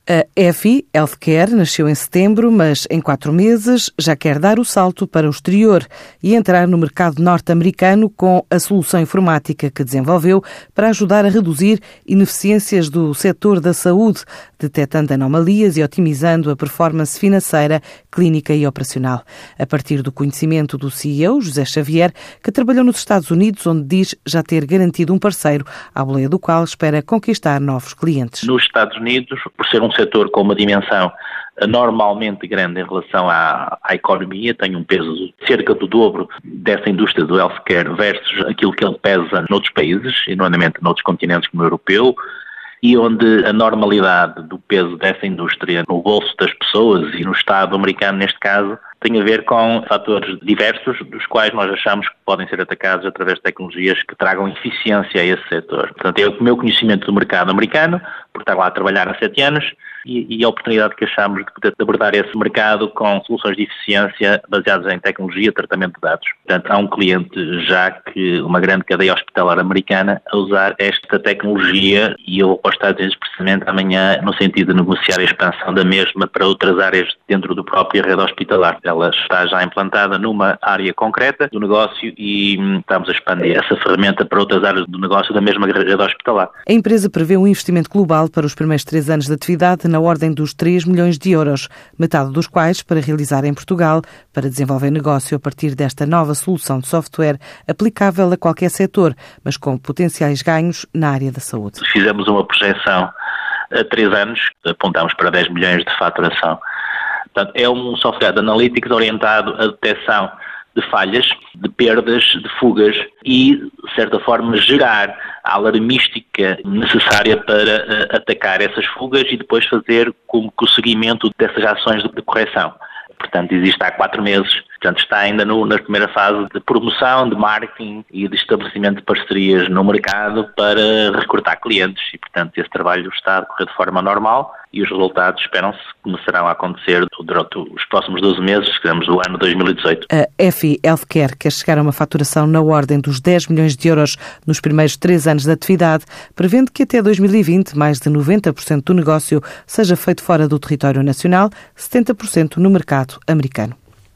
A EFI Healthcare nasceu em setembro, mas em 4 meses já quer dar o salto para o exterior e entrar no mercado norte-americano com a solução informática que desenvolveu para ajudar a reduzir ineficiências do setor da saúde, detectando anomalias e otimizando a performance financeira, clínica e operacional. A partir do conhecimento do CEO, José Xavier, que trabalhou nos Estados Unidos, onde diz já ter garantido um parceiro, à boleia do qual espera conquistar novos clientes. Nos Estados Unidos, por ser um setor com uma dimensão normalmente grande em relação à economia, tem um peso de cerca do dobro dessa indústria do healthcare versus aquilo que ele pesa noutros países, e nomeadamente noutros continentes como o europeu, e onde a normalidade do peso dessa indústria no bolso das pessoas e no Estado americano, neste caso, tem a ver com fatores diversos, dos quais nós achamos que podem ser atacados através de tecnologias que tragam eficiência a esse setor. Portanto, é o meu conhecimento do mercado americano, por estar lá a trabalhar há 7 anos, e a oportunidade que achamos de poder abordar esse mercado com soluções de eficiência baseadas em tecnologia e tratamento de dados. Portanto, há um cliente já que uma grande cadeia hospitalar americana a usar esta tecnologia, e eu vou para os Estados Unidos precisamente amanhã no sentido de negociar a expansão da mesma para outras áreas dentro da própria rede hospitalar. Ela está já implantada numa área concreta do negócio e estamos a expandir essa ferramenta para outras áreas do negócio da mesma rede hospitalar. A empresa prevê um investimento global para os primeiros 3 anos de atividade na ordem dos 3 milhões de euros, metade dos quais para realizar em Portugal, para desenvolver negócio a partir desta nova solução de software aplicável a qualquer setor, mas com potenciais ganhos na área da saúde. Fizemos uma projeção a 3 anos, apontamos para 10 milhões de faturação. Portanto, é um software de analytics orientado à detecção de falhas, de perdas, de fugas e, de certa forma, gerar a alarmística necessária para atacar essas fugas e depois fazer como que o seguimento dessas ações de correção. Portanto, existe há 4 meses, portanto está ainda na primeira fase de promoção, de marketing e de estabelecimento de parcerias no mercado para recrutar clientes e, portanto, esse trabalho está a decorrer de forma normal e os resultados esperam-se que começarão a acontecer durante os próximos 12 meses, digamos, do ano 2018. A EFI Healthcare quer chegar a uma faturação na ordem dos 10 milhões de euros nos primeiros 3 anos de atividade, prevendo que até 2020 mais de 90% do negócio seja feito fora do território nacional, 70% no mercado americano.